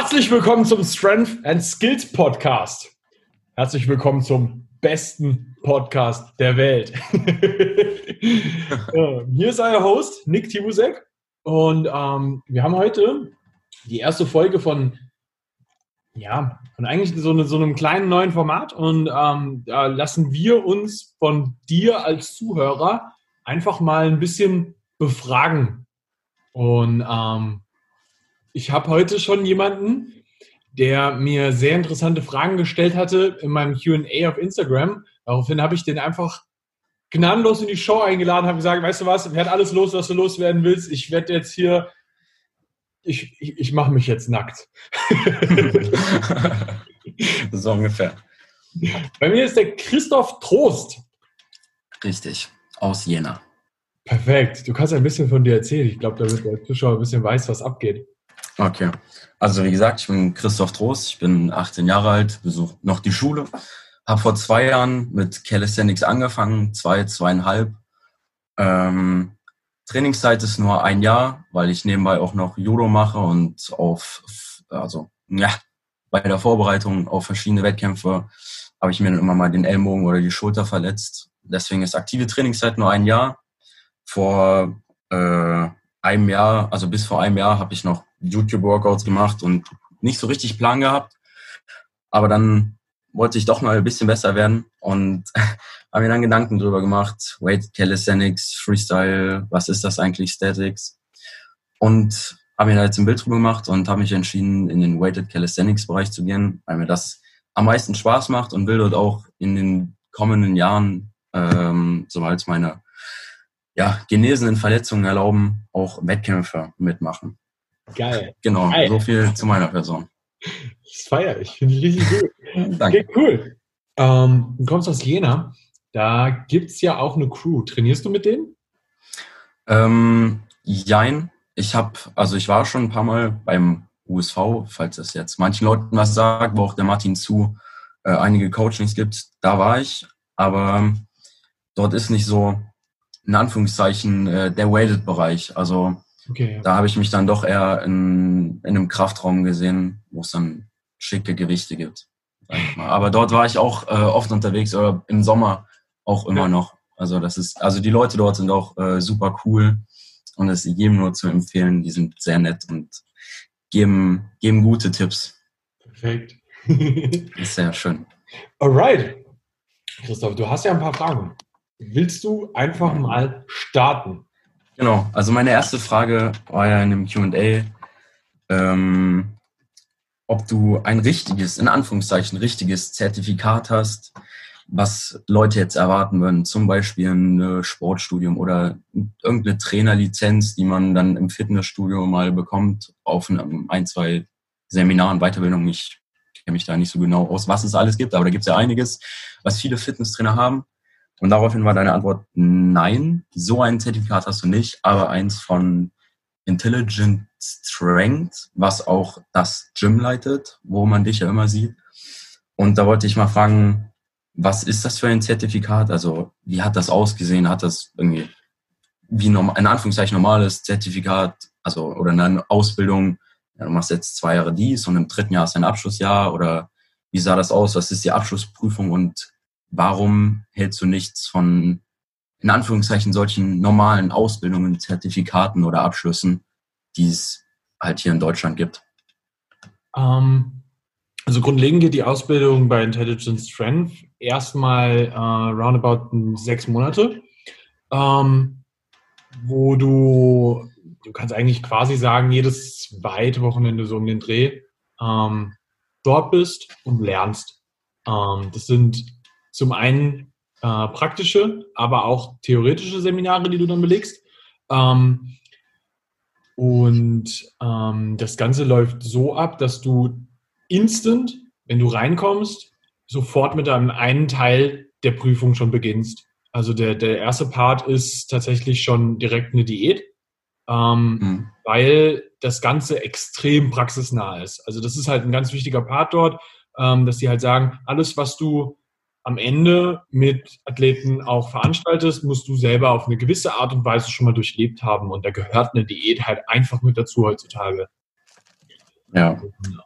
Herzlich willkommen zum Strength and Skills Podcast. Herzlich willkommen zum besten Podcast der Welt. Hier ist euer Host, Nick Tibusek. Und wir haben heute die erste Folge von eigentlich so einem kleinen neuen Format. Und da lassen wir uns von dir als Zuhörer einfach mal ein bisschen befragen. Und ich habe heute schon jemanden, der mir sehr interessante Fragen gestellt hatte in meinem Q&A auf Instagram. Daraufhin habe ich den einfach gnadenlos in die Show eingeladen, habe gesagt, weißt du was, werd alles los, was du loswerden willst. Ich werde jetzt hier, ich mache mich jetzt nackt. So ungefähr. Bei mir ist der Christoph Trost. Richtig, aus Jena. Perfekt. Du kannst ein bisschen von dir erzählen. Ich glaube, damit der Zuschauer ein bisschen weiß, was abgeht. Okay. Also wie gesagt, ich bin Christoph Trost, ich bin 18 Jahre alt, besuche noch die Schule, habe vor 2 Jahren mit Calisthenics angefangen, 2,5. Trainingszeit ist nur 1 Jahr, weil ich nebenbei auch noch Judo mache und bei der Vorbereitung auf verschiedene Wettkämpfe habe ich mir dann immer mal den Ellbogen oder die Schulter verletzt. Deswegen ist aktive Trainingszeit nur 1 Jahr. Vor einem Jahr, also bis vor einem Jahr, habe ich noch YouTube-Workouts gemacht und nicht so richtig Plan gehabt. Aber dann wollte ich doch mal ein bisschen besser werden und habe mir dann Gedanken drüber gemacht. Weighted Calisthenics, Freestyle, was ist das eigentlich, Statics? Und habe mir da jetzt ein Bild drüber gemacht und habe mich entschieden, in den Weighted Calisthenics-Bereich zu gehen, weil mir das am meisten Spaß macht und will dort auch in den kommenden Jahren, sobald es meine genesenen Verletzungen erlauben, auch Wettkämpfe mitmachen. Geil. Genau, Geil. So viel zu meiner Person. Das feiere ich. Finde ich richtig gut. Danke. Okay, cool. Du kommst aus Jena. Da gibt es ja auch eine Crew. Trainierst du mit denen? Jein. Ich war schon ein paar Mal beim USV, falls das jetzt manchen Leuten was sagt, wo auch der Martin Zu einige Coachings gibt. Da war ich, aber dort ist nicht so, in Anführungszeichen, der Weighted-Bereich. Also okay. Da habe ich mich dann doch eher in einem Kraftraum gesehen, wo es dann schicke Gewichte gibt. Sag ich mal. Aber dort war ich auch oft unterwegs, oder im Sommer auch immer noch. Also die Leute dort sind auch super cool und es ist jedem nur zu empfehlen. Die sind sehr nett und geben gute Tipps. Perfekt. Ist sehr schön. Alright. Christoph, du hast ja ein paar Fragen. Willst du einfach mal starten? Genau, also meine erste Frage war ja in dem Q&A, ob du ein richtiges, in Anführungszeichen, richtiges Zertifikat hast, was Leute jetzt erwarten würden, zum Beispiel ein Sportstudium oder irgendeine Trainerlizenz, die man dann im Fitnessstudio mal bekommt, auf 1, 2 Seminaren, Weiterbildung. Ich kenne mich da nicht so genau aus, was es alles gibt, aber da gibt es ja einiges, was viele Fitnesstrainer haben. Und daraufhin war deine Antwort nein, so ein Zertifikat hast du nicht, aber eins von Intelligent Strength, was auch das Gym leitet, wo man dich ja immer sieht. Und da wollte ich mal fragen, was ist das für ein Zertifikat? Also wie hat das ausgesehen? Hat das irgendwie wie in Anführungszeichen normales Zertifikat, also oder eine Ausbildung, ja, du machst jetzt 2 Jahre dies und im 3. Jahr ist dein Abschlussjahr, oder wie sah das aus? Was ist die Abschlussprüfung und warum hältst du nichts von, in Anführungszeichen, solchen normalen Ausbildungen, Zertifikaten oder Abschlüssen, die es halt hier in Deutschland gibt? Also grundlegend geht die Ausbildung bei Intelligent Strength erstmal roundabout 6 Monate, wo du kannst eigentlich quasi sagen, jedes zweite Wochenende so um den Dreh dort bist und lernst. Das sind zum einen praktische, aber auch theoretische Seminare, die du dann belegst. Das Ganze läuft so ab, dass du instant, wenn du reinkommst, sofort mit einem einen Teil der Prüfung schon beginnst. Also der erste Part ist tatsächlich schon direkt eine Diät, weil das Ganze extrem praxisnah ist. Also das ist halt ein ganz wichtiger Part dort, dass die halt sagen, alles, was du am Ende mit Athleten auch veranstaltest, musst du selber auf eine gewisse Art und Weise schon mal durchlebt haben. Und da gehört eine Diät halt einfach mit dazu heutzutage. Ja.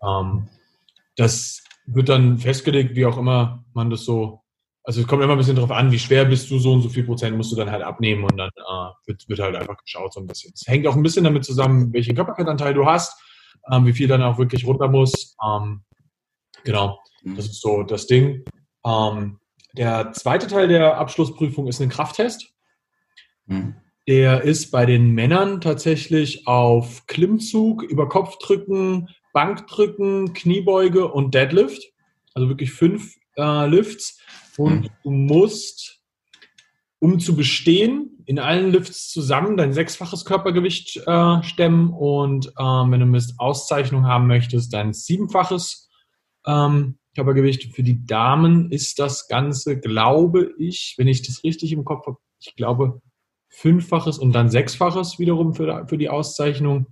Das wird dann festgelegt, wie auch immer man das so, also es kommt immer ein bisschen drauf an, wie schwer bist du, so und so viel Prozent musst du dann halt abnehmen und dann wird halt einfach geschaut so ein bisschen. Es hängt auch ein bisschen damit zusammen, welchen Körperfettanteil du hast, wie viel dann auch wirklich runter muss. Genau, das ist so das Ding. Der zweite Teil der Abschlussprüfung ist ein Krafttest. Der ist bei den Männern tatsächlich auf Klimmzug, Überkopfdrücken, Bankdrücken, Kniebeuge und Deadlift. Also wirklich 5 Lifts. Und du musst, um zu bestehen, in allen Lifts zusammen dein 6-faches Körpergewicht stemmen und wenn du eine Auszeichnung haben möchtest, dein 7-faches Körpergewicht. Für die Damen ist das Ganze, glaube ich, wenn ich das richtig im Kopf habe, ich glaube 5-faches und dann 6-faches wiederum für die Auszeichnung.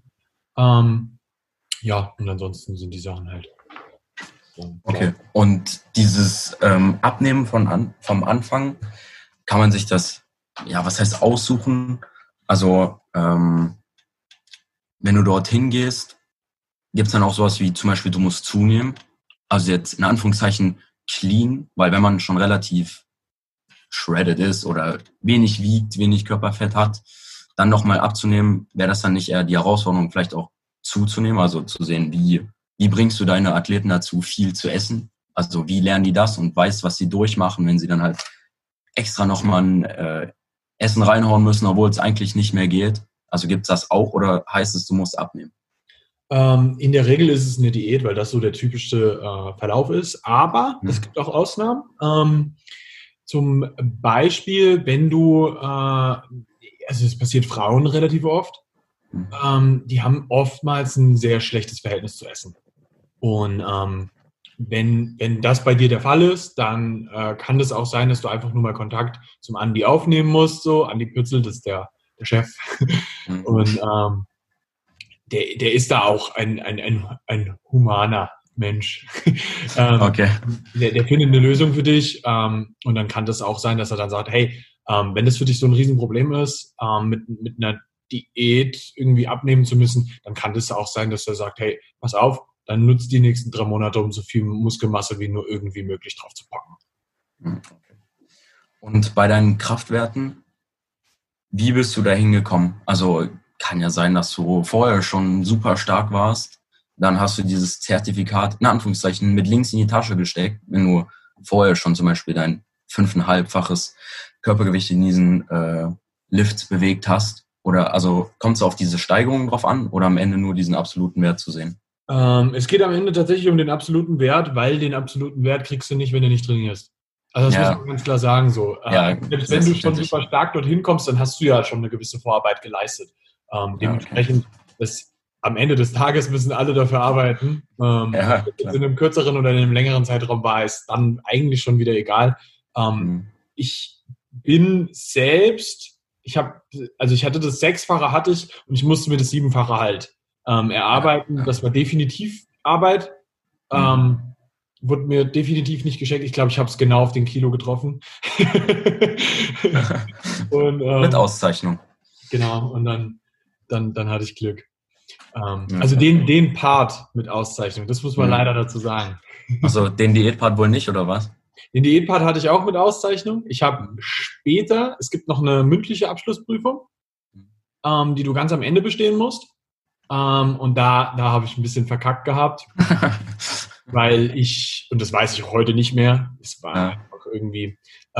Ja, und ansonsten sind die Sachen halt. Okay, und dieses Abnehmen vom Anfang, kann man sich das, ja, was heißt aussuchen? Also, wenn du dorthin gehst, gibt es dann auch sowas wie zum Beispiel, du musst zunehmen. Also jetzt in Anführungszeichen clean, weil wenn man schon relativ shredded ist oder wenig wiegt, wenig Körperfett hat, dann nochmal abzunehmen, wäre das dann nicht eher die Herausforderung, vielleicht auch zuzunehmen, also zu sehen, wie bringst du deine Athleten dazu, viel zu essen? Also wie lernen die das und weißt, was sie durchmachen, wenn sie dann halt extra nochmal ein Essen reinhauen müssen, obwohl es eigentlich nicht mehr geht? Also gibt es das auch oder heißt es, du musst abnehmen? In der Regel ist es eine Diät, weil das so der typischste Verlauf ist. Aber es gibt auch Ausnahmen. Zum Beispiel, wenn du, also es passiert Frauen relativ oft, die haben oftmals ein sehr schlechtes Verhältnis zu Essen. Und wenn das bei dir der Fall ist, dann kann das auch sein, dass du einfach nur mal Kontakt zum Andi aufnehmen musst. So, Andi Pützel, das ist der Chef. Und der ist da auch ein humaner Mensch. Okay. Der findet eine Lösung für dich und dann kann das auch sein, dass er dann sagt, hey, wenn das für dich so ein Riesenproblem ist, mit einer Diät irgendwie abnehmen zu müssen, dann kann das auch sein, dass er sagt, hey, pass auf, dann nutzt die nächsten 3 Monate, um so viel Muskelmasse wie nur irgendwie möglich drauf zu packen. Und bei deinen Kraftwerten, wie bist du da hingekommen? Also kann ja sein, dass du vorher schon super stark warst. Dann hast du dieses Zertifikat, in Anführungszeichen, mit links in die Tasche gesteckt, wenn du vorher schon zum Beispiel dein 5,5-faches Körpergewicht in diesen Lift bewegt hast. Oder also kommt es auf diese Steigerung drauf an oder am Ende nur diesen absoluten Wert zu sehen? Es geht am Ende tatsächlich um den absoluten Wert, weil den absoluten Wert kriegst du nicht, wenn du nicht trainierst. Also das muss man ganz klar sagen so. Ja, selbst wenn du schon super stark dorthin kommst, dann hast du ja schon eine gewisse Vorarbeit geleistet. Dementsprechend, am Ende des Tages müssen alle dafür arbeiten. Ob das in einem kürzeren oder in einem längeren Zeitraum war, ist dann eigentlich schon wieder egal. Ich bin selbst, ich hatte das 6-fache hatte ich und ich musste mir das 7-fache halt erarbeiten. Das war definitiv Arbeit. Wurde mir definitiv nicht geschenkt. Ich glaube, ich habe es genau auf den Kilo getroffen. Und, mit Auszeichnung. Genau, und dann hatte ich Glück. Also den Part mit Auszeichnung, das muss man leider dazu sagen. Also den Diätpart wohl nicht, oder was? Den Diätpart hatte ich auch mit Auszeichnung. Ich habe später, es gibt noch eine mündliche Abschlussprüfung, die du ganz am Ende bestehen musst. Und da habe ich ein bisschen verkackt gehabt, weil und das weiß ich heute nicht mehr, es war einfach irgendwie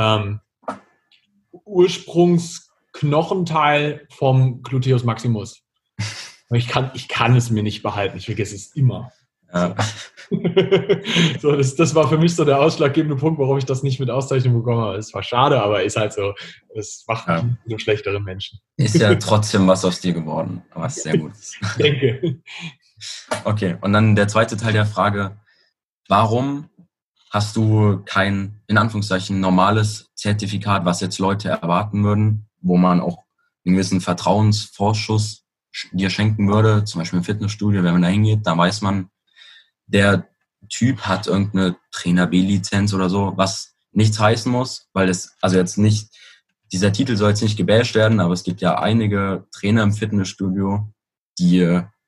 Ursprungsknochenteil vom Gluteus Maximus. Ich kann es mir nicht behalten, ich vergesse es immer. Ja. So, das war für mich so der ausschlaggebende Punkt, warum ich das nicht mit Auszeichnung bekommen habe. Es war schade, aber ist halt so, das macht mich zu einem schlechteren Menschen. Ist ja trotzdem was aus dir geworden, was sehr gut ist. Ich denke. Okay, und dann der zweite Teil der Frage, warum hast du kein, in Anführungszeichen, normales Zertifikat, was jetzt Leute erwarten würden, wo man auch einen gewissen Vertrauensvorschuss dir schenken würde, zum Beispiel im Fitnessstudio, wenn man da hingeht, da weiß man, der Typ hat irgendeine Trainer B-Lizenz oder so, was nichts heißen muss, weil es, also jetzt nicht, dieser Titel soll jetzt nicht gebasht werden, aber es gibt ja einige Trainer im Fitnessstudio, die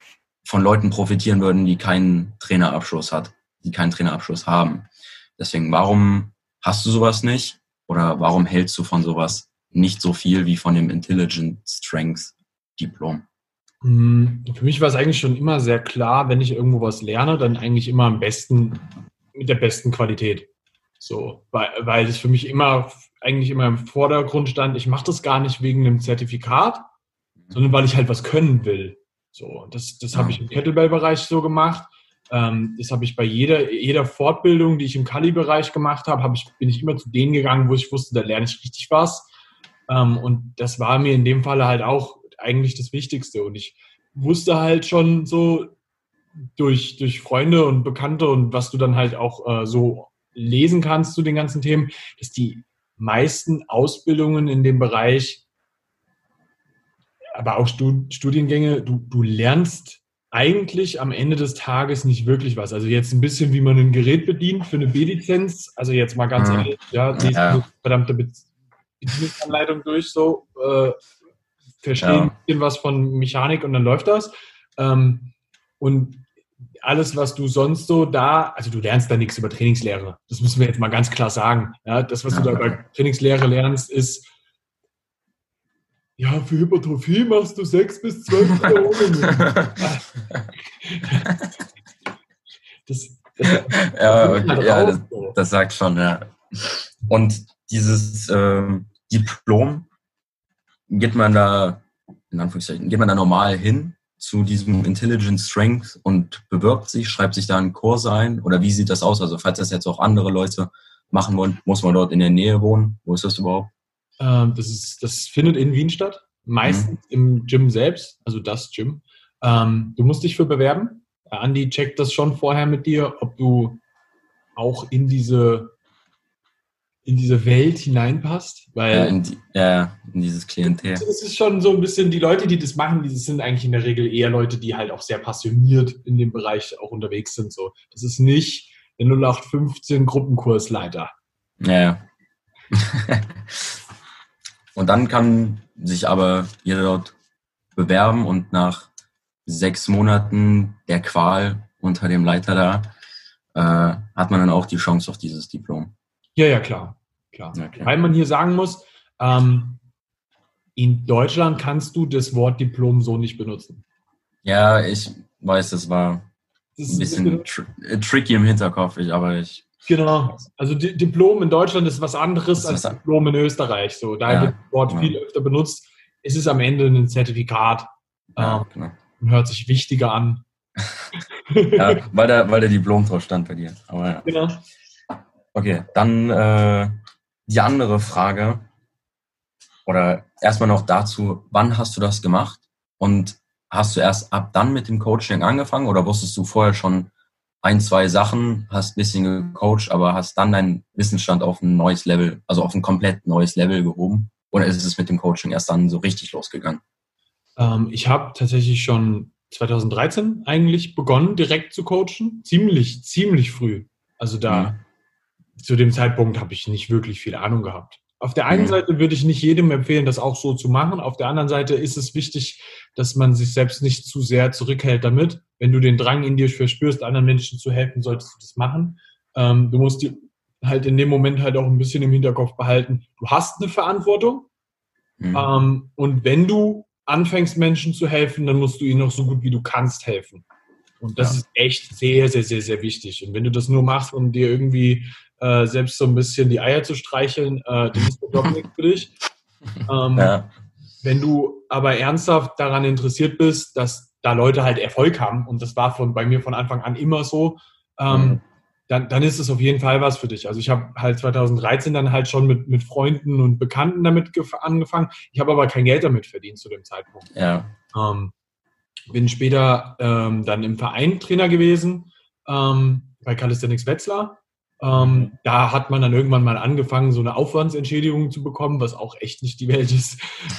von Leuten profitieren würden, die keinen Trainerabschluss haben. Deswegen, warum hast du sowas nicht? Oder warum hältst du von sowas nicht so viel wie von dem Intelligent Strength Diplom? Für mich war es eigentlich schon immer sehr klar, wenn ich irgendwo was lerne, dann eigentlich immer am besten mit der besten Qualität. So, weil es für mich eigentlich immer im Vordergrund stand, ich mache das gar nicht wegen einem Zertifikat, sondern weil ich halt was können will. So, das habe ich im Kettlebell-Bereich so gemacht. Das habe ich bei jeder Fortbildung, die ich im Kali-Bereich gemacht habe, bin ich immer zu denen gegangen, wo ich wusste, da lerne ich richtig was. Und das war mir in dem Falle halt auch eigentlich das Wichtigste. Und ich wusste halt schon so durch Freunde und Bekannte und was du dann halt auch so lesen kannst zu den ganzen Themen, dass die meisten Ausbildungen in dem Bereich, aber auch Studiengänge, du lernst eigentlich am Ende des Tages nicht wirklich was. Also jetzt ein bisschen, wie man ein Gerät bedient für eine B-Lizenz. Also jetzt mal ganz ehrlich, lest eine verdammte Bedienungsanleitung durch, so verstehen ein bisschen was von Mechanik und dann läuft das. Und alles, was du sonst so also du lernst da nichts über Trainingslehre. Das müssen wir jetzt mal ganz klar sagen. Ja, das, was du da über Trainingslehre lernst, ist, ja, für Hypertrophie machst du 6 bis 12 Wiederholungen. Das sagt schon, ja. Und dieses Diplom, geht man da normal hin zu diesem Intelligent Strength und bewirbt sich, schreibt sich da einen Kurs ein? Oder wie sieht das aus? Also falls das jetzt auch andere Leute machen wollen, muss man dort in der Nähe wohnen? Wo ist das überhaupt? Das findet in Wien statt, meistens im Gym selbst, also das Gym. Du musst dich für bewerben. Andi checkt das schon vorher mit dir, ob du auch in diese Welt hineinpasst. Weil in dieses Klientel. Das ist schon so ein bisschen, die Leute, die das machen, die sind eigentlich in der Regel eher Leute, die halt auch sehr passioniert in dem Bereich auch unterwegs sind. So. Das ist nicht der 0815 Gruppenkursleiter. Ja. Und dann kann sich aber jeder dort bewerben und nach 6 Monaten der Qual unter dem Leiter da hat man dann auch die Chance auf dieses Diplom. Ja, klar. Okay. Weil man hier sagen muss, in Deutschland kannst du das Wort Diplom so nicht benutzen. Ja, ich weiß, das war ein bisschen tricky im Hinterkopf, Genau. Also Diplom in Deutschland ist was anderes als Diplom in Österreich. So, da wird das Wort viel öfter benutzt. Es ist am Ende ein Zertifikat. Genau. Und hört sich wichtiger an. Ja, weil der Diplom drauf stand bei dir. Aber ja. Genau. Okay, dann die andere Frage. Oder erstmal noch dazu, wann hast du das gemacht? Und hast du erst ab dann mit dem Coaching angefangen oder wusstest du vorher schon 1, 2 Sachen, hast ein bisschen gecoacht, aber hast dann deinen Wissensstand auf ein neues Level, also auf ein komplett neues Level gehoben? Oder ist es mit dem Coaching erst dann so richtig losgegangen? Ich habe tatsächlich schon 2013 eigentlich begonnen, direkt zu coachen. Ziemlich früh. Also zu dem Zeitpunkt habe ich nicht wirklich viel Ahnung gehabt. Auf der einen Seite würde ich nicht jedem empfehlen, das auch so zu machen. Auf der anderen Seite ist es wichtig, dass man sich selbst nicht zu sehr zurückhält damit. Wenn du den Drang in dir verspürst, anderen Menschen zu helfen, solltest du das machen. Du musst dir halt in dem Moment halt auch ein bisschen im Hinterkopf behalten, du hast eine Verantwortung. Und wenn du anfängst, Menschen zu helfen, dann musst du ihnen auch so gut wie du kannst helfen. Und das ist echt sehr, sehr, sehr, sehr wichtig. Und wenn du das nur machst, um dir irgendwie selbst so ein bisschen die Eier zu streicheln, dann ist der Job nichts für dich. Wenn du aber ernsthaft daran interessiert bist, dass da Leute halt Erfolg haben, und das war bei mir von Anfang an immer so, dann ist es auf jeden Fall was für dich. Also ich habe halt 2013 dann halt schon mit Freunden und Bekannten damit angefangen. Ich habe aber kein Geld damit verdient zu dem Zeitpunkt. Ja. Bin später dann im Verein Trainer gewesen, bei Calisthenics Wetzlar. Da hat man dann irgendwann mal angefangen, so eine Aufwandsentschädigung zu bekommen, was auch echt nicht die Welt ist.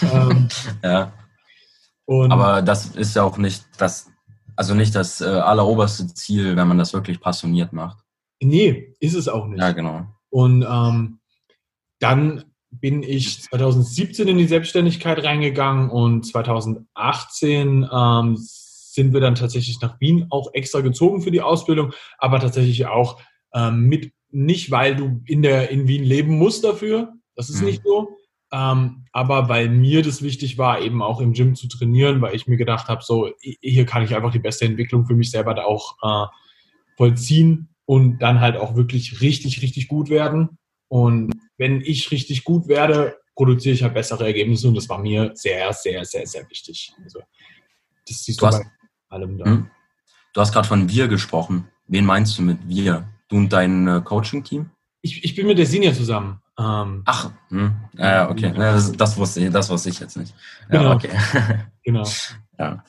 Aber das ist ja auch nicht das alleroberste Ziel, wenn man das wirklich passioniert macht. Nee, ist es auch nicht. Ja, genau. Und dann bin ich 2017 in die Selbstständigkeit reingegangen und 2018 sind wir dann tatsächlich nach Wien auch extra gezogen für die Ausbildung, aber tatsächlich auch nicht, weil du in Wien leben musst dafür, das ist nicht so, aber weil mir das wichtig war, eben auch im Gym zu trainieren, weil ich mir gedacht habe, so, hier kann ich einfach die beste Entwicklung für mich selber da auch vollziehen und dann halt auch wirklich richtig, richtig gut werden. Und wenn ich richtig gut werde, produziere ich halt bessere Ergebnisse und das war mir sehr, sehr, sehr, sehr wichtig. Also, das siehst du bei allem da. Du hast gerade von wir gesprochen. Wen meinst du mit wir? Du und dein Coaching-Team? Ich bin mit der Senior zusammen. Ja, okay. Das wusste ich jetzt nicht. Ja, genau. Okay. Genau. Ja.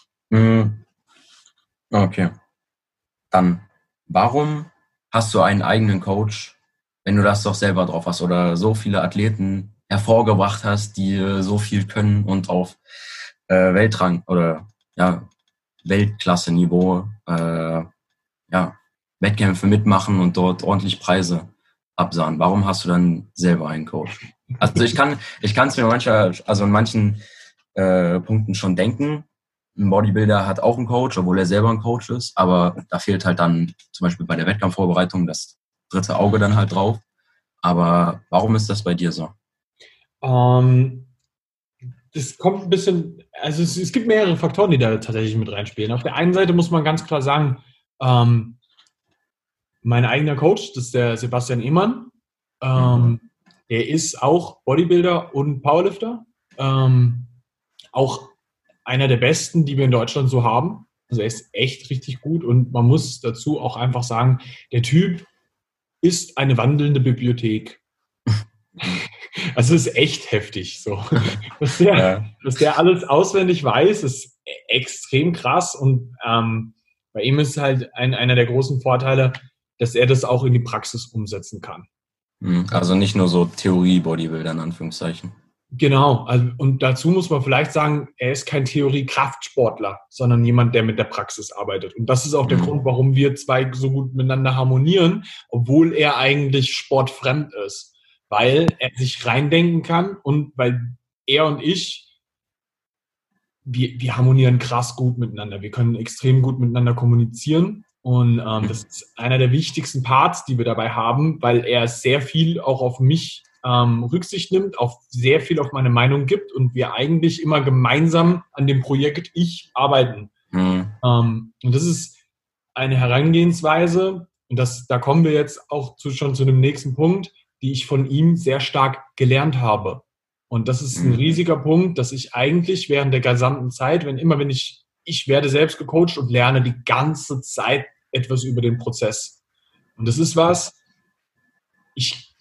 Okay. Dann, warum hast du einen eigenen Coach, wenn du das doch selber drauf hast oder so viele Athleten hervorgebracht hast, die so viel können und auf Weltrang oder Weltklasse-Niveau Wettkämpfe mitmachen und dort ordentlich Preise absahen. Warum hast du dann selber einen Coach? Also ich kann es mir in manchen Punkten schon denken. Ein Bodybuilder hat auch einen Coach, obwohl er selber ein Coach ist, aber da fehlt halt dann zum Beispiel bei der Wettkampfvorbereitung das dritte Auge dann halt drauf. Aber warum ist das bei dir so? Das kommt ein bisschen, also es gibt mehrere Faktoren, die da tatsächlich mit reinspielen. Auf der einen Seite muss man ganz klar sagen, mein eigener Coach, das ist der Sebastian Ehmann, der ist auch Bodybuilder und Powerlifter, auch einer der besten, die wir in Deutschland so haben. Also er ist echt richtig gut und man muss dazu auch einfach sagen, der Typ ist eine wandelnde Bibliothek. Also es ist echt heftig. So. Dass der alles auswendig weiß, ist extrem krass und bei ihm ist halt einer der großen Vorteile, dass er das auch in die Praxis umsetzen kann. Also nicht nur so Theorie-Bodybuilder in Anführungszeichen. Genau, also, und dazu muss man vielleicht sagen, er ist kein Theorie-Kraftsportler, sondern jemand, der mit der Praxis arbeitet. Und das ist auch der Grund, warum wir zwei so gut miteinander harmonieren, obwohl er eigentlich sportfremd ist. Weil er sich reindenken kann und weil er und ich, wir harmonieren krass gut miteinander. Wir können extrem gut miteinander kommunizieren. Und das ist einer der wichtigsten Parts, die wir dabei haben, weil er sehr viel auch auf mich Rücksicht nimmt, auch sehr viel auf meine Meinung gibt und wir eigentlich immer gemeinsam an dem Projekt arbeiten. Und das ist eine Herangehensweise, und da kommen wir jetzt auch schon zu dem nächsten Punkt, die ich von ihm sehr stark gelernt habe. Und das ist ein riesiger Punkt, dass ich eigentlich während der gesamten Zeit, wenn ich werde selbst gecoacht und lerne die ganze Zeit etwas über den Prozess. Und das ist was, ich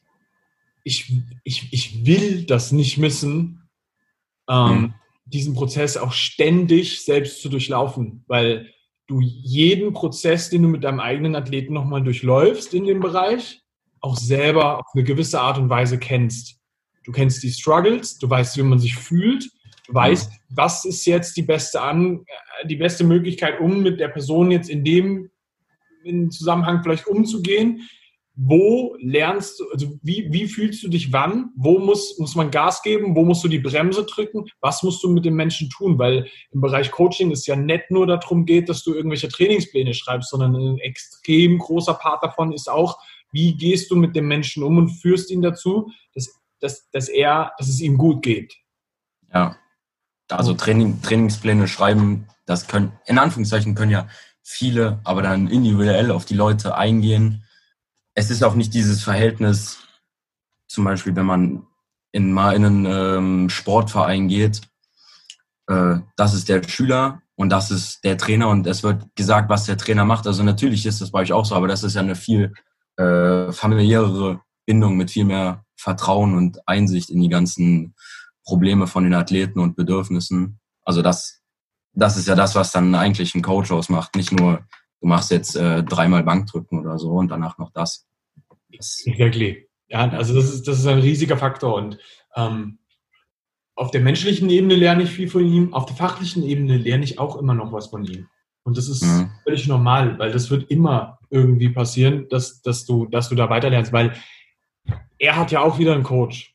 will das nicht missen, diesen Prozess auch ständig selbst zu durchlaufen, weil du jeden Prozess, den du mit deinem eigenen Athleten nochmal durchläufst in dem Bereich, auch selber auf eine gewisse Art und Weise kennst. Du kennst die Struggles, du weißt, wie man sich fühlt, du weißt, was ist jetzt die beste Möglichkeit, um mit der Person jetzt in Zusammenhang vielleicht umzugehen. Wo lernst du, also wie fühlst du dich wann? Wo muss man Gas geben? Wo musst du die Bremse drücken? Was musst du mit den Menschen tun? Weil im Bereich Coaching es ja nicht nur darum geht, dass du irgendwelche Trainingspläne schreibst, sondern ein extrem großer Part davon ist auch, wie gehst du mit dem Menschen um und führst ihn dazu, dass es ihm gut geht. Ja, also Trainingspläne schreiben, das können, in Anführungszeichen können ja viele, aber dann individuell auf die Leute eingehen. Es ist auch nicht dieses Verhältnis, zum Beispiel, wenn man in einen Sportverein geht, das ist der Schüler und das ist der Trainer und es wird gesagt, was der Trainer macht. Also natürlich ist das bei euch auch so, aber das ist ja eine viel familiärere Bindung mit viel mehr Vertrauen und Einsicht in die ganzen Probleme von den Athleten und Bedürfnissen. Also das ist ja das, was dann eigentlich ein Coach ausmacht. Nicht nur, du machst jetzt 3-mal Bankdrücken oder so und danach noch das. Exactly. Ja, also das ist ein riesiger Faktor und auf der menschlichen Ebene lerne ich viel von ihm, auf der fachlichen Ebene lerne ich auch immer noch was von ihm. Und das ist völlig normal, weil das wird immer irgendwie passieren, dass du da weiterlernst, weil er hat ja auch wieder einen Coach.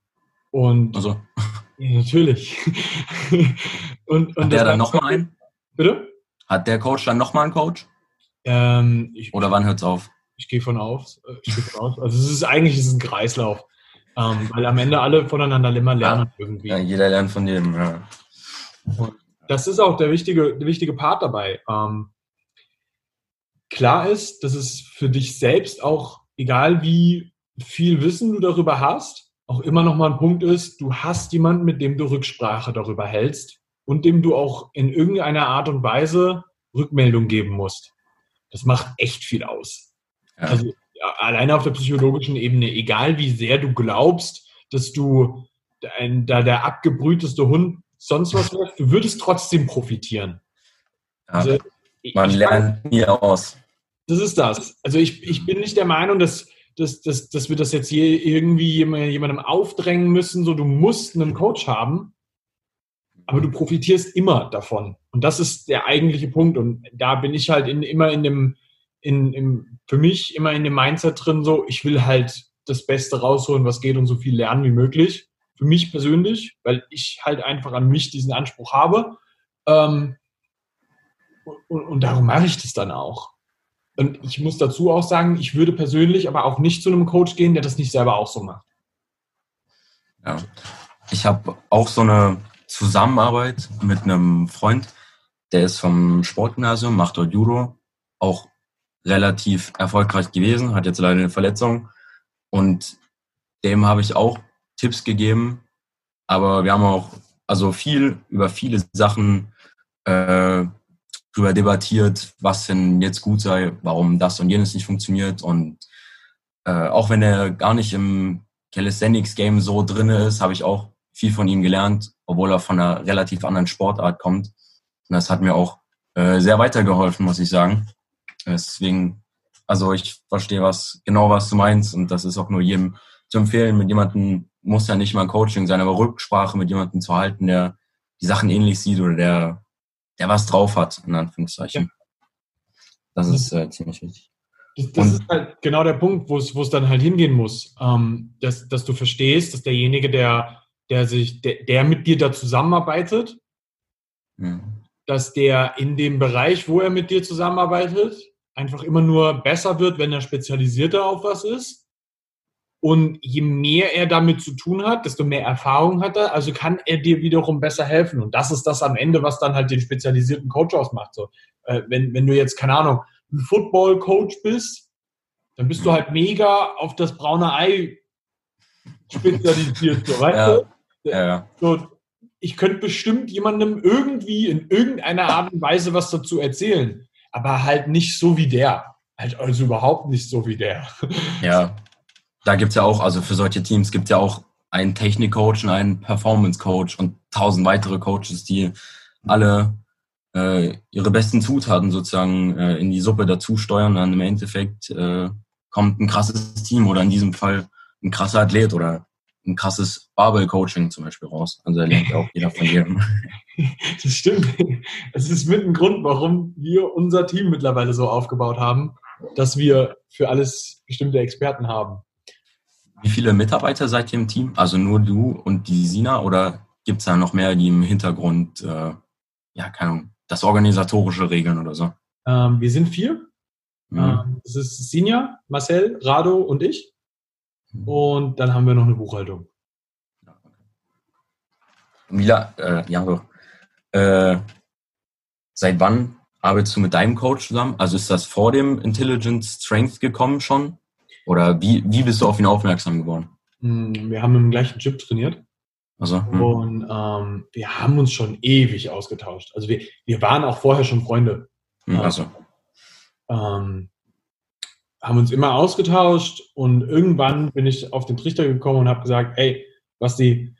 Und also. Ja, natürlich. und hat der dann nochmal einen? Bitte? Hat der Coach dann nochmal einen Coach? Ich, Oder wann hört's auf? ich gehe von aus. Also es ist ein Kreislauf. Weil am Ende alle voneinander immer lernen Ja, irgendwie. jeder lernt von jedem, ja. Und das ist auch der wichtige Part dabei. Klar ist, dass es für dich selbst auch, egal wie viel Wissen du darüber hast, auch immer noch mal ein Punkt ist, du hast jemanden, mit dem du Rücksprache darüber hältst und dem du auch in irgendeiner Art und Weise Rückmeldung geben musst. Das macht echt viel aus. Ja, Also ja, alleine auf der psychologischen Ebene, egal wie sehr du glaubst, dass du der abgebrühteste Hund sonst was wärst, du würdest trotzdem profitieren. ja. Also Man ich kann, lernt nie aus. das ist das. Also ich bin nicht der Meinung, dass wir das jetzt hier irgendwie jemandem aufdrängen müssen, so du musst einen Coach haben, aber du profitierst immer davon. Und das ist der eigentliche Punkt. Und da bin ich halt immer für mich immer in dem Mindset drin, so ich will halt das Beste rausholen, was geht und so viel lernen wie möglich. Für mich persönlich, weil ich halt einfach an mich diesen Anspruch habe. Ähm, und darum mache ich das dann auch. Und ich muss dazu auch sagen, ich würde persönlich aber auch nicht zu einem Coach gehen, der das nicht selber auch so macht. Ja. Ich habe auch so eine Zusammenarbeit mit einem Freund, der ist vom Sportgymnasium, macht dort Judo, auch relativ erfolgreich gewesen, hat jetzt leider eine Verletzung und dem habe ich auch Tipps gegeben, aber wir haben auch also viel über viele Sachen drüber debattiert, was denn jetzt gut sei, warum das und jenes nicht funktioniert und auch wenn er gar nicht im Calisthenics-Game so drin ist, habe ich auch viel von ihm gelernt, obwohl er von einer relativ anderen Sportart kommt. Und das hat mir auch sehr weitergeholfen, muss ich sagen. Deswegen, also ich verstehe was du meinst und das ist auch nur jedem zu empfehlen. Mit jemandem muss ja nicht mal ein Coaching sein, aber Rücksprache mit jemandem zu halten, der die Sachen ähnlich sieht oder der was drauf hat, in Ja. Anführungszeichen. Das ist ziemlich wichtig. Das ist Und halt genau der Punkt, wo es dann halt hingehen muss. Dass du verstehst, dass derjenige, der mit dir da zusammenarbeitet, ja, dass der in dem Bereich, wo er mit dir zusammenarbeitet, einfach immer nur besser wird, wenn er spezialisierter auf was ist. Und je mehr er damit zu tun hat, desto mehr Erfahrung hat er, also kann er dir wiederum besser helfen. Und das ist das am Ende, was dann halt den spezialisierten Coach ausmacht. So, wenn du jetzt, keine Ahnung, ein Football-Coach bist, dann bist du halt mega auf das braune Ei spezialisiert, so, weißt ja, du? ja. So, ich könnte bestimmt jemandem irgendwie in irgendeiner Art und Weise was dazu erzählen, aber halt nicht so wie der. Halt also überhaupt nicht so wie der. Ja, da gibt's ja auch, also für solche Teams gibt's ja auch einen Technikcoach und einen Performance-Coach und 1000 weitere Coaches, die alle ihre besten Zutaten sozusagen in die Suppe dazu steuern. Dann im Endeffekt kommt ein krasses Team oder in diesem Fall ein krasser Athlet oder ein krasses Barbell-Coaching zum Beispiel raus. Also da lernt ja auch jeder von jedem. Das stimmt. Es ist mit ein Grund, warum wir unser Team mittlerweile so aufgebaut haben, dass wir für alles bestimmte Experten haben. Wie viele Mitarbeiter seid ihr im Team? Also nur du und die Sina oder gibt's da noch mehr, die im Hintergrund, ja, keine Ahnung, das Organisatorische regeln oder so? Wir sind 4. Mhm. Das ist Sinja, Marcel, Rado und ich. Und dann haben wir noch eine Buchhaltung. Mila, ja, doch. Äh, Seit wann arbeitest du mit deinem Coach zusammen? Also ist das vor dem Intelligent Strength gekommen schon? Oder wie bist du auf ihn aufmerksam geworden? Wir haben im gleichen Gym trainiert. Also, Und wir haben uns schon ewig ausgetauscht. Also wir waren auch vorher schon Freunde. also, Ähm, haben uns immer ausgetauscht und irgendwann bin ich auf den Trichter gekommen und habe gesagt, ey, Basti,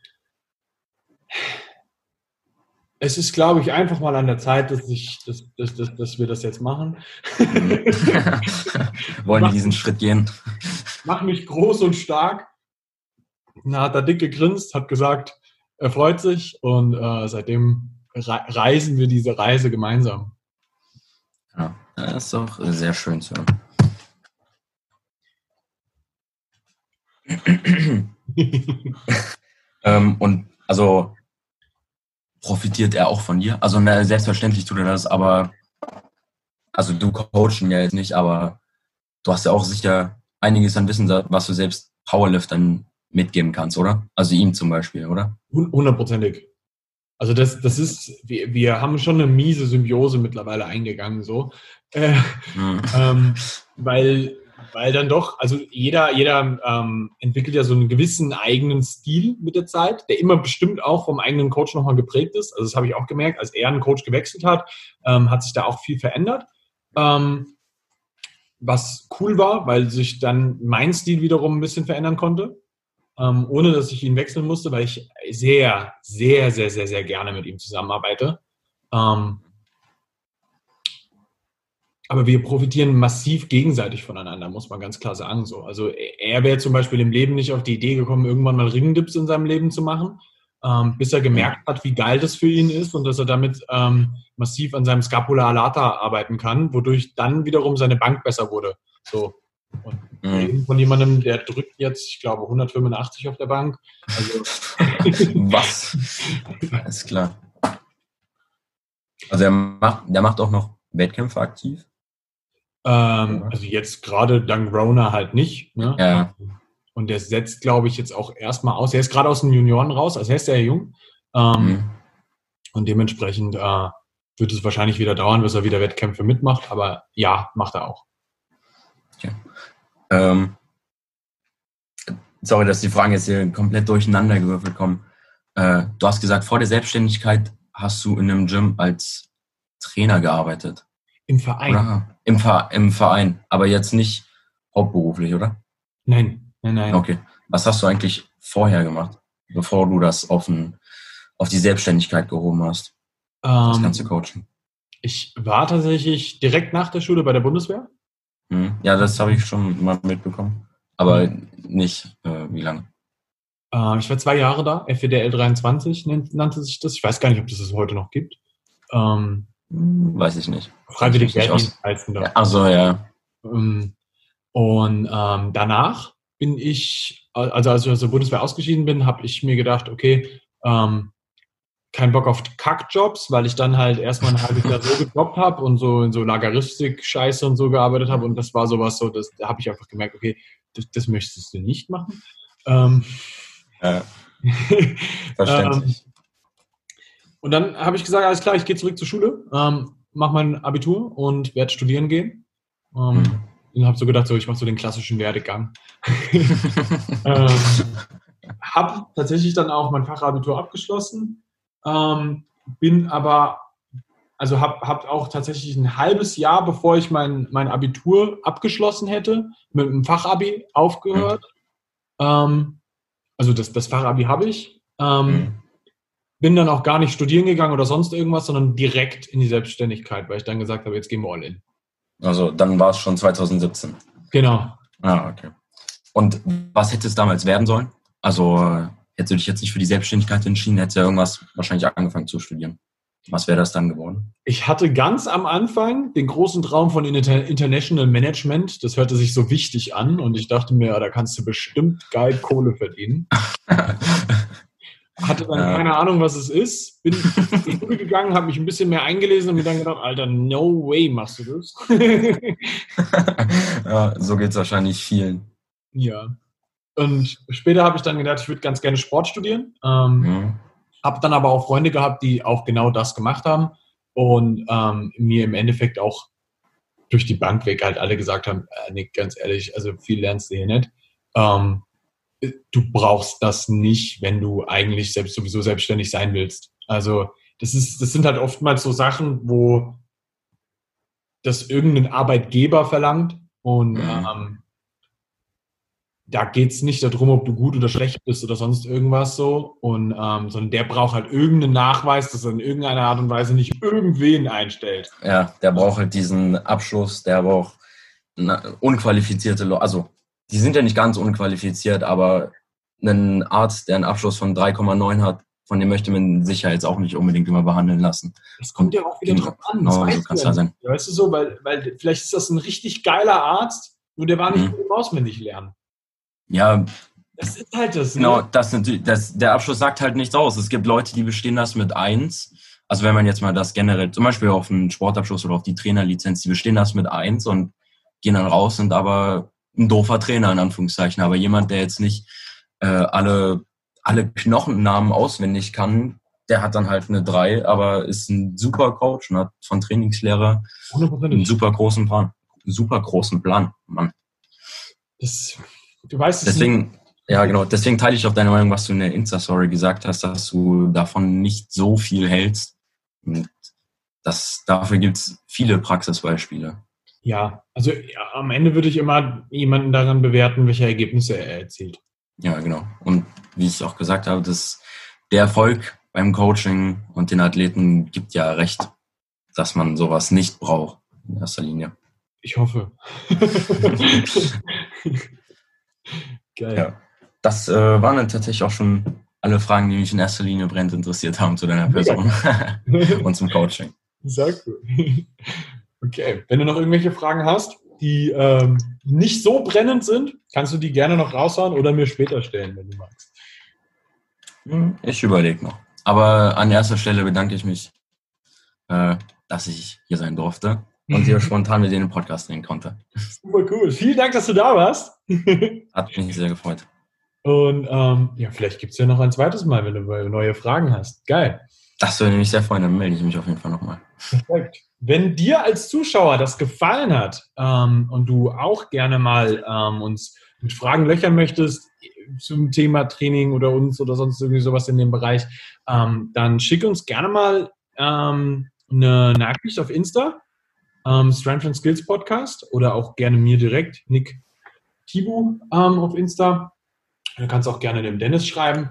es ist, glaube ich, einfach mal an der Zeit, dass wir das jetzt machen. wollen die mach, diesen Schritt gehen? mach mich groß und stark. Da hat er dick gegrinst, hat gesagt, er freut sich und seitdem reisen wir diese Reise gemeinsam. Ja, das ist doch sehr schön zu hören. Und also profitiert er auch von dir? Also selbstverständlich tut er das, aber also du coachst ihn ja jetzt nicht, aber du hast ja auch sicher einiges an Wissen, was du selbst Powerliftern mitgeben kannst, oder? Also ihm zum Beispiel, oder? 100%ig. Also das ist, wir haben schon eine miese Symbiose mittlerweile eingegangen, so. Mhm. Weil dann doch, also jeder entwickelt ja so einen gewissen eigenen Stil mit der Zeit, der immer bestimmt auch vom eigenen Coach nochmal geprägt ist. Also das habe ich auch gemerkt, als er einen Coach gewechselt hat, hat sich da auch viel verändert. Was cool war, weil sich dann mein Stil wiederum ein bisschen verändern konnte, ohne dass ich ihn wechseln musste, weil ich sehr, sehr, sehr, sehr, sehr gerne mit ihm zusammenarbeite. Aber wir profitieren massiv gegenseitig voneinander, muss man ganz klar sagen. So. Also er wäre zum Beispiel im Leben nicht auf die Idee gekommen, irgendwann mal Ringdips in seinem Leben zu machen, bis er gemerkt hat, wie geil das für ihn ist und dass er damit massiv an seinem Scapula lata arbeiten kann, wodurch dann wiederum seine Bank besser wurde. So. Und wir reden von jemandem, der drückt jetzt, ich glaube, 185 auf der Bank. Also Was? Alles klar. Also der macht auch noch Wettkämpfe aktiv? Also jetzt gerade dank Rona halt nicht. Ne? Ja. Und der setzt, glaube ich, jetzt auch erstmal aus. Er ist gerade aus den Junioren raus, also er ist sehr jung. Und dementsprechend wird es wahrscheinlich wieder dauern, bis er wieder Wettkämpfe mitmacht. Aber ja, macht er auch. Okay. Sorry, dass die Fragen jetzt hier komplett durcheinander gewürfelt kommen. Du hast gesagt, vor der Selbstständigkeit hast du in einem Gym als Trainer gearbeitet. Im Verein? Oder? Im Verein, aber jetzt nicht hauptberuflich, oder? Nein. Okay. Was hast du eigentlich vorher gemacht, bevor du das auf die Selbstständigkeit gehoben hast? Das ganze Coaching. Ich war tatsächlich direkt nach der Schule bei der Bundeswehr. Ja, das habe ich schon mal mitbekommen. Aber nicht, wie lange? Ich war 2 Jahre da. FWDL 23 nannte sich das. Ich weiß gar nicht, ob das es heute noch gibt. Weiß ich nicht. Freiwillig Wehrdienst heißen da. Also ja. Und danach bin ich, also als ich aus der Bundeswehr ausgeschieden bin, habe ich mir gedacht, okay, kein Bock auf Kackjobs, weil ich dann halt erstmal ein halbes Jahr so gejobbt habe und so in so Lageristik-Scheiße und so gearbeitet habe und das war sowas so, da habe ich einfach gemerkt, okay, das möchtest du nicht machen. Verständlich. Und dann habe ich gesagt, alles klar, ich gehe zurück zur Schule, mache mein Abitur und werde studieren gehen. Und habe so gedacht, so, ich mache so den klassischen Werdegang. Habe tatsächlich dann auch mein Fachabitur abgeschlossen. Bin aber, also habe auch tatsächlich ein halbes Jahr, bevor ich mein Abitur abgeschlossen hätte, mit dem Fachabi aufgehört. Also das Fachabi habe ich. Bin dann auch gar nicht studieren gegangen oder sonst irgendwas, sondern direkt in die Selbstständigkeit, weil ich dann gesagt habe, jetzt gehen wir all in. Also dann war es schon 2017. Genau. Okay. Und was hätte es damals werden sollen? Also hättest du dich jetzt nicht für die Selbstständigkeit entschieden, hättest du ja irgendwas wahrscheinlich angefangen zu studieren. Was wäre das dann geworden? Ich hatte ganz am Anfang den großen Traum von International Management. Das hörte sich so wichtig an und ich dachte mir, da kannst du bestimmt geil Kohle verdienen. Hatte dann keine Ahnung, was es ist. Bin in die Schule gegangen, habe mich ein bisschen mehr eingelesen und mir dann gedacht, Alter, no way machst du das. Ja, so geht es wahrscheinlich vielen. Ja. Und später habe ich dann gedacht, ich würde ganz gerne Sport studieren. Habe dann aber auch Freunde gehabt, die auch genau das gemacht haben und mir im Endeffekt auch durch die Bank weg halt alle gesagt haben, Nick, ganz ehrlich, also viel lernst du hier nicht. Du brauchst das nicht, wenn du eigentlich sowieso selbstständig sein willst. Also das sind halt oftmals so Sachen, wo das irgendein Arbeitgeber verlangt und da geht es nicht darum, ob du gut oder schlecht bist oder sonst irgendwas so, und sondern der braucht halt irgendeinen Nachweis, dass er in irgendeiner Art und Weise nicht irgendwen einstellt. Ja, der braucht halt diesen Abschluss, der braucht unqualifizierte Leute, also die sind ja nicht ganz unqualifiziert, aber ein Arzt, der einen Abschluss von 3,9 hat, von dem möchte man sich ja jetzt auch nicht unbedingt immer behandeln lassen. Das kommt ja auch wieder drauf an. Das so kann es ja sein. Weißt du so, weil vielleicht ist das ein richtig geiler Arzt, nur der war nicht gut im Auswendiglernen. Ja, Das ist halt das, ne? Genau, der Abschluss sagt halt nichts aus. Es gibt Leute, die bestehen das mit 1. Also wenn man jetzt mal das generell, zum Beispiel auf einen Sportabschluss oder auf die Trainerlizenz, die bestehen das mit 1 und gehen dann raus, sind aber ein doofer Trainer in Anführungszeichen. Aber jemand, der jetzt nicht alle Knochennamen auswendig kann, der hat dann halt eine 3, aber ist ein super Coach und hat von Trainingslehrer einen 100%. super großen Plan, Mann. Du weißt es Deswegen, ja genau, deswegen teile ich auch deine Meinung, was du in der Insta-Story gesagt hast, dass du davon nicht so viel hältst. Und dafür gibt es viele Praxisbeispiele. Ja, also am Ende würde ich immer jemanden daran bewerten, welche Ergebnisse er erzielt. Ja, genau. Und wie ich auch gesagt habe, der Erfolg beim Coaching und den Athleten gibt ja recht, dass man sowas nicht braucht in erster Linie. Ich hoffe. Geil. Ja. Das waren dann tatsächlich auch schon alle Fragen, die mich in erster Linie brennend interessiert haben zu deiner Person und zum Coaching. Sehr cool. Okay, wenn du noch irgendwelche Fragen hast, die nicht so brennend sind, kannst du die gerne noch raushauen oder mir später stellen, wenn du magst. Ich überlege noch. Aber an erster Stelle bedanke ich mich, dass ich hier sein durfte und dir spontan mit denen im Podcast reden konnte. Super cool. Vielen Dank, dass du da warst. Hat mich sehr gefreut. Und ja, vielleicht gibt es ja noch ein zweites Mal, wenn du neue Fragen hast. Geil. Das würde mich sehr freuen, dann melde ich mich auf jeden Fall nochmal. Perfekt. Wenn dir als Zuschauer das gefallen hat und du auch gerne mal uns mit Fragen löchern möchtest zum Thema Training oder uns oder sonst irgendwie sowas in dem Bereich, dann schick uns gerne mal eine Nachricht auf Insta, Strength and Skills Podcast, oder auch gerne mir direkt, Nick Thibaut auf Insta. Du kannst auch gerne dem Dennis schreiben.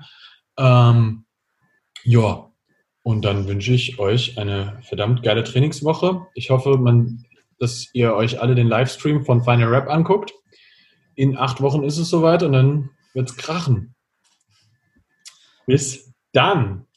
Ja, und dann wünsche ich euch eine verdammt geile Trainingswoche. Ich hoffe, dass ihr euch alle den Livestream von Final Rap anguckt. In 8 Wochen ist es soweit und dann wird's krachen. Bis dann.